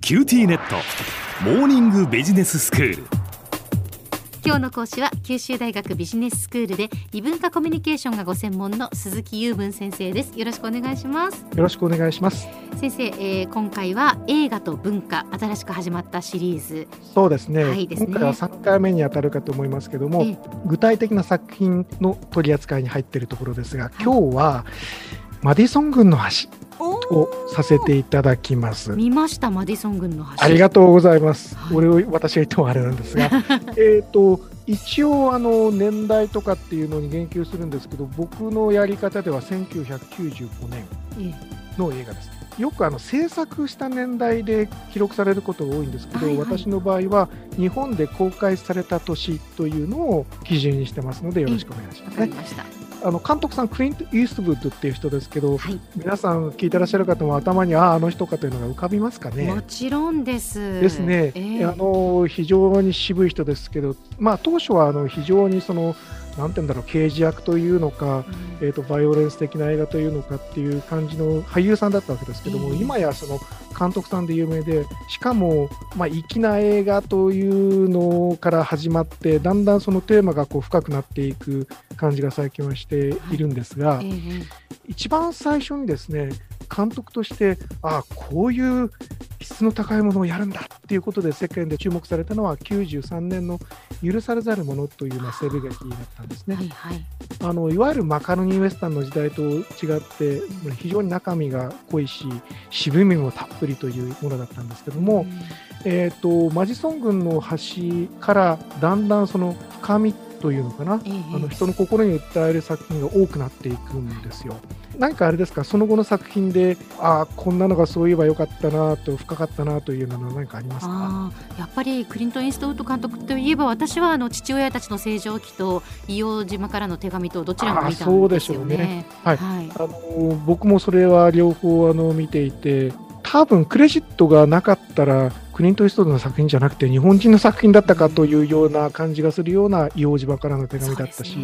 キューティーネットモーニングビジネススクール。 今日の講師は九州大学ビジネススクールで異文化コミュニケーションがご専門の鈴木雄文先生です。よろしくお願いします。 よろしくお願いします。 先生、今回は映画と文化、新しく始まったシリーズ。 そうですね、 ですね。 今回は3回目に当たるかと思いますけども、具体的な作品の取り扱いに入っているところですが、今日はマディソン郡の橋をさせていただきます。 見ました、マディソン郡の橋。 ありがとうございます。私が言ってもあれなんですが一応年代とかっていうのに言及するんですけど、僕のやり方では1995年の映画です。よく制作した年代で記録されることが多いんですけど、私の場合は日本で公開された年というのを基準にしてますので、よろしくお願いしますね。 わかりました。 監督さんクリント・イーストウッドっていう人ですけど、皆さん聞いてらっしゃる方も頭にあの人かというのが浮かびますかね。 もちろんですね、非常に渋い人ですけど、当初は非常になんていうんだろう、刑事役というのか、バイオレンス的な映画というのかっていう感じの俳優さんだったわけですけども、今や監督さんで有名で、しかも粋な映画というのから始まって、だんだんそのテーマが深くなっていく感じが最近はしているんですが、一番最初にですね、監督としてこういう質の高いものをやるんだっていうことで世間で注目されたのは93年の許されざるものという西部劇だったんですね。いわゆるマカロニウエスタンの時代と違って非常に中身が濃いし渋みもたっぷりというものだったんですけども、マディソン郡の橋からだんだんその深みというのかな、人の心に訴える作品が多くなっていくんですよ。何かあれですか、その後の作品でこんなのがそういえばよかったなと、深かったなというのは何かありますか？ やっぱりクリント・イーストウッド監督といえば、私は父親たちの清浄機と硫黄島からの手紙とどちらも見たんですよね。 そうでしょうね。僕もそれは両方見ていて、多分クレジットがなかったらクリント・イーストウッドの作品じゃなくて日本人の作品だったかというような感じがするような硫黄島からの手紙だったし、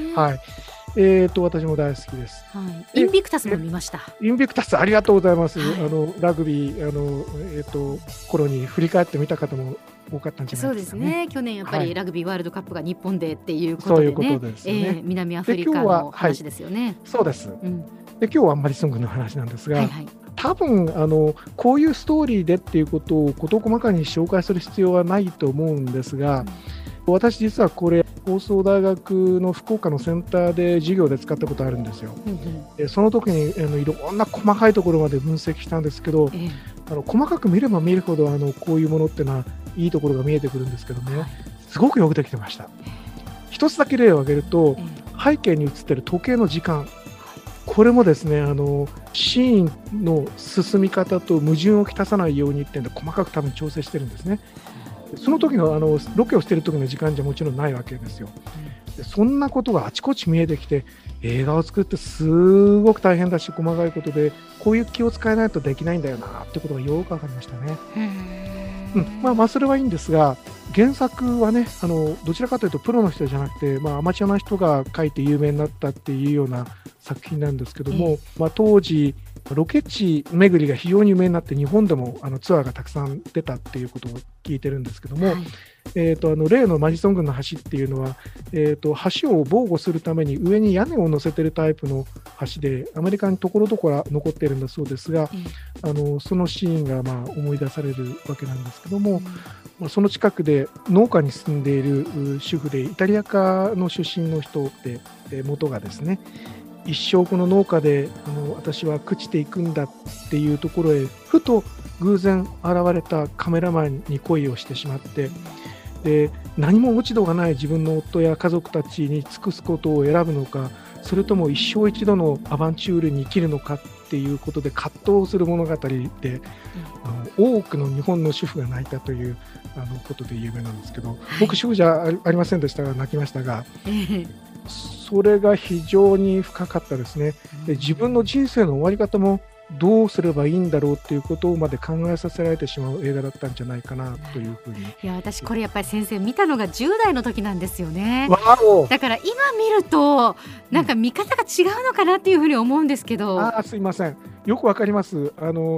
私も大好きです。 インビクタスも見ました。 インビクタス、ありがとうございます。ラグビー頃に振り返ってみた方も多かったんじゃないですかね。 そうですね。去年やっぱりラグビーワールドカップが日本でっていうことでね、 そういうことですよね。 南アフリカの話ですよね。 そうです。で今日はマディソン郡の話なんですが、多分こういうストーリーでっていうことを事細かに紹介する必要はないと思うんですが、私実はこれ放送大学の福岡のセンターで授業で使ったことあるんですよ。その時にいろんな細かいところまで分析したんですけど、細かく見れば見るほどこういうものってのはいいところが見えてくるんですけどね、すごくよくできてました。一つだけ例を挙げると、背景に映ってる時計の時間、これもですねシーンの進み方と矛盾をきたさないようにってんで細かく多分調整してるんですね。その時のロケをしている時の時間じゃもちろんないわけですよ。でそんなことがあちこち見えてきて、映画を作ってすごく大変だし細かいことで、こういう気を使えないとできないんだよなってことがよく分かりましたね。それはいいんですが、原作はねどちらかというとプロの人じゃなくて、アマチュアな人が書いて有名になったっていうような作品なんですけども、当時ロケ地巡りが非常に有名になって日本でもツアーがたくさん出たっていうことを聞いてるんですけども、例のマディソン郡の橋っていうのは、橋を防護するために上に屋根を乗せてるタイプの橋で、アメリカにところどころ残っているんだそうですが、そのシーンが思い出されるわけなんですけども、その近くで農家に住んでいる主婦でイタリア科の出身の人で、元がですね、一生この農家で私は朽ちていくんだっていうところへふと偶然現れたカメラマンに恋をしてしまって、で何も落ち度がない自分の夫や家族たちに尽くすことを選ぶのか、それとも一生一度のアバンチュールに生きるのかっていうことで葛藤する物語で、多くの日本の主婦が泣いたということで有名なんですけど、僕主婦じゃありませんでしたが泣きましたが、それが非常に深かったですね。で自分の人生の終わり方もどうすればいいんだろうっていうことまで考えさせられてしまう映画だったんじゃないかなというふうに。 いや私これやっぱり先生見たのが10代の時なんですよね。だから今見るとなんか見方が違うのかなっていうふうに思うんですけど、 すいません、よくわかります。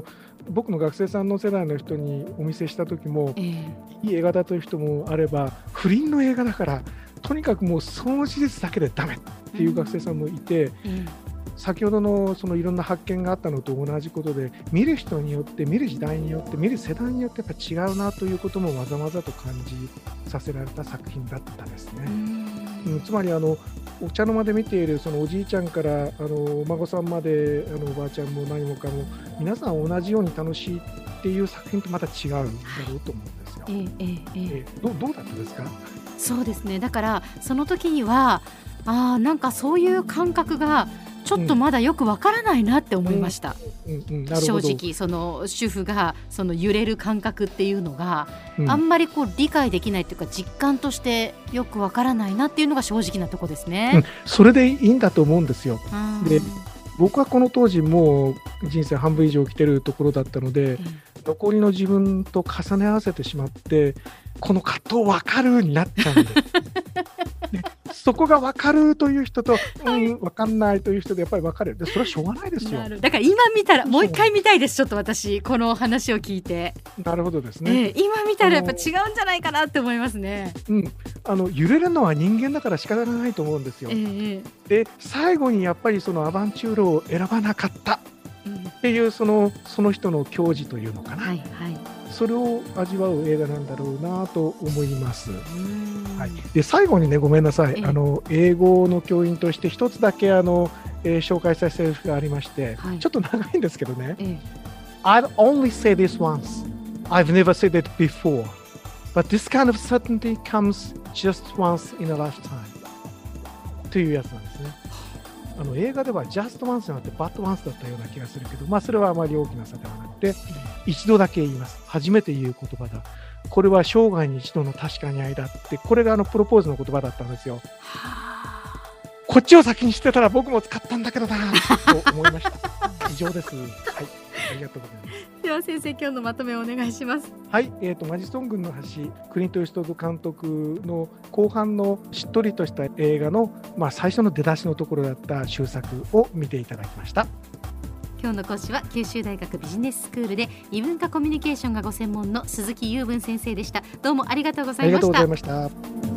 僕の学生さんの世代の人にお見せした時も、いい映画だという人もあれば、不倫の映画だからとにかくもうその事実だけでダメっていう学生さんもいて、先ほどのそのいろんな発見があったのと同じことで、見る人によって、見る時代によって、見る世代によってやっぱ違うなということもわざわざと感じさせられた作品だったですね。つまりお茶の間で見ているそのおじいちゃんからお孫さんまでおばあちゃんも何もかも皆さん同じように楽しいっていう作品とまた違うんだろうと思うんですよ。どうだったですか？ そうですね、だからその時にはなんかそういう感覚がちょっとまだよくわからないなって思いました。正直その主婦がその揺れる感覚っていうのが、あんまりこう理解できないというか実感としてよくわからないなっていうのが正直なとこですね。 それでいいんだと思うんですよ。で、僕はこの当時もう人生半分以上生きてるところだったので、残りの自分と重ね合わせてしまってこの葛藤分かるになっちゃうんですでそこが分かるという人と、分かんないという人でやっぱり分かれる。でそれはしょうがないですよ。 だから今見たらもう一回見たいです。ちょっと私この話を聞いで。 なるほどですね。 今見たらやっぱ違うんじゃないかなって思いますね。 揺れるのは人間だから仕方がないと思うんですよ。で最後にやっぱりそのアバンチュールを選ばなかったっていうその人の矜持というのかな、それを味わう映画なんだろうなと思います。で最後にね、ごめんなさい、英語の教員として一つだけ紹介したセリフがありまして、ちょっと長いんですけどね、I'll only say this once. I've never said it before. But this kind of certainty comes just once in a lifetime. というやつなんですね。映画では just once じゃなくて but once だったような気がするけど、それはあまり大きな差ではなくて、一度だけ言います。初めて言う言葉だ。これは生涯に一度の確かに愛だって、これがプロポーズの言葉だったんですよ。こっちを先に知ってたら僕も使ったんだけどなと思いました。以上です。ありがとうございます。 では先生、今日のまとめをお願いします。 マジソン軍の橋、クリント・イーストウッド監督の後半のしっとりとした映画の、最初の出だしのところだった終作を見ていただきました。 今日の講師は九州大学ビジネススクールで異文化コミュニケーションがご専門の鈴木雄文先生でした。どうもありがとうございました。 ありがとうございました。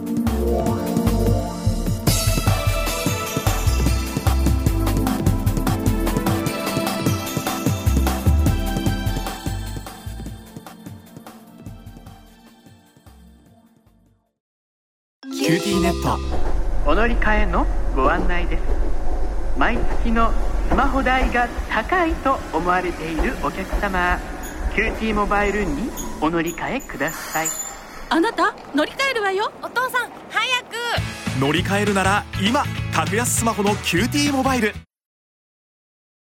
キューティーネットお乗り換えのご案内です。毎月のスマホ代が高いと思われているお客様、キューティーモバイルにお乗り換えください。 あなた乗り換えるわよ。お父さん早く。 乗り換えるなら今、格安スマホのキューティーモバイル。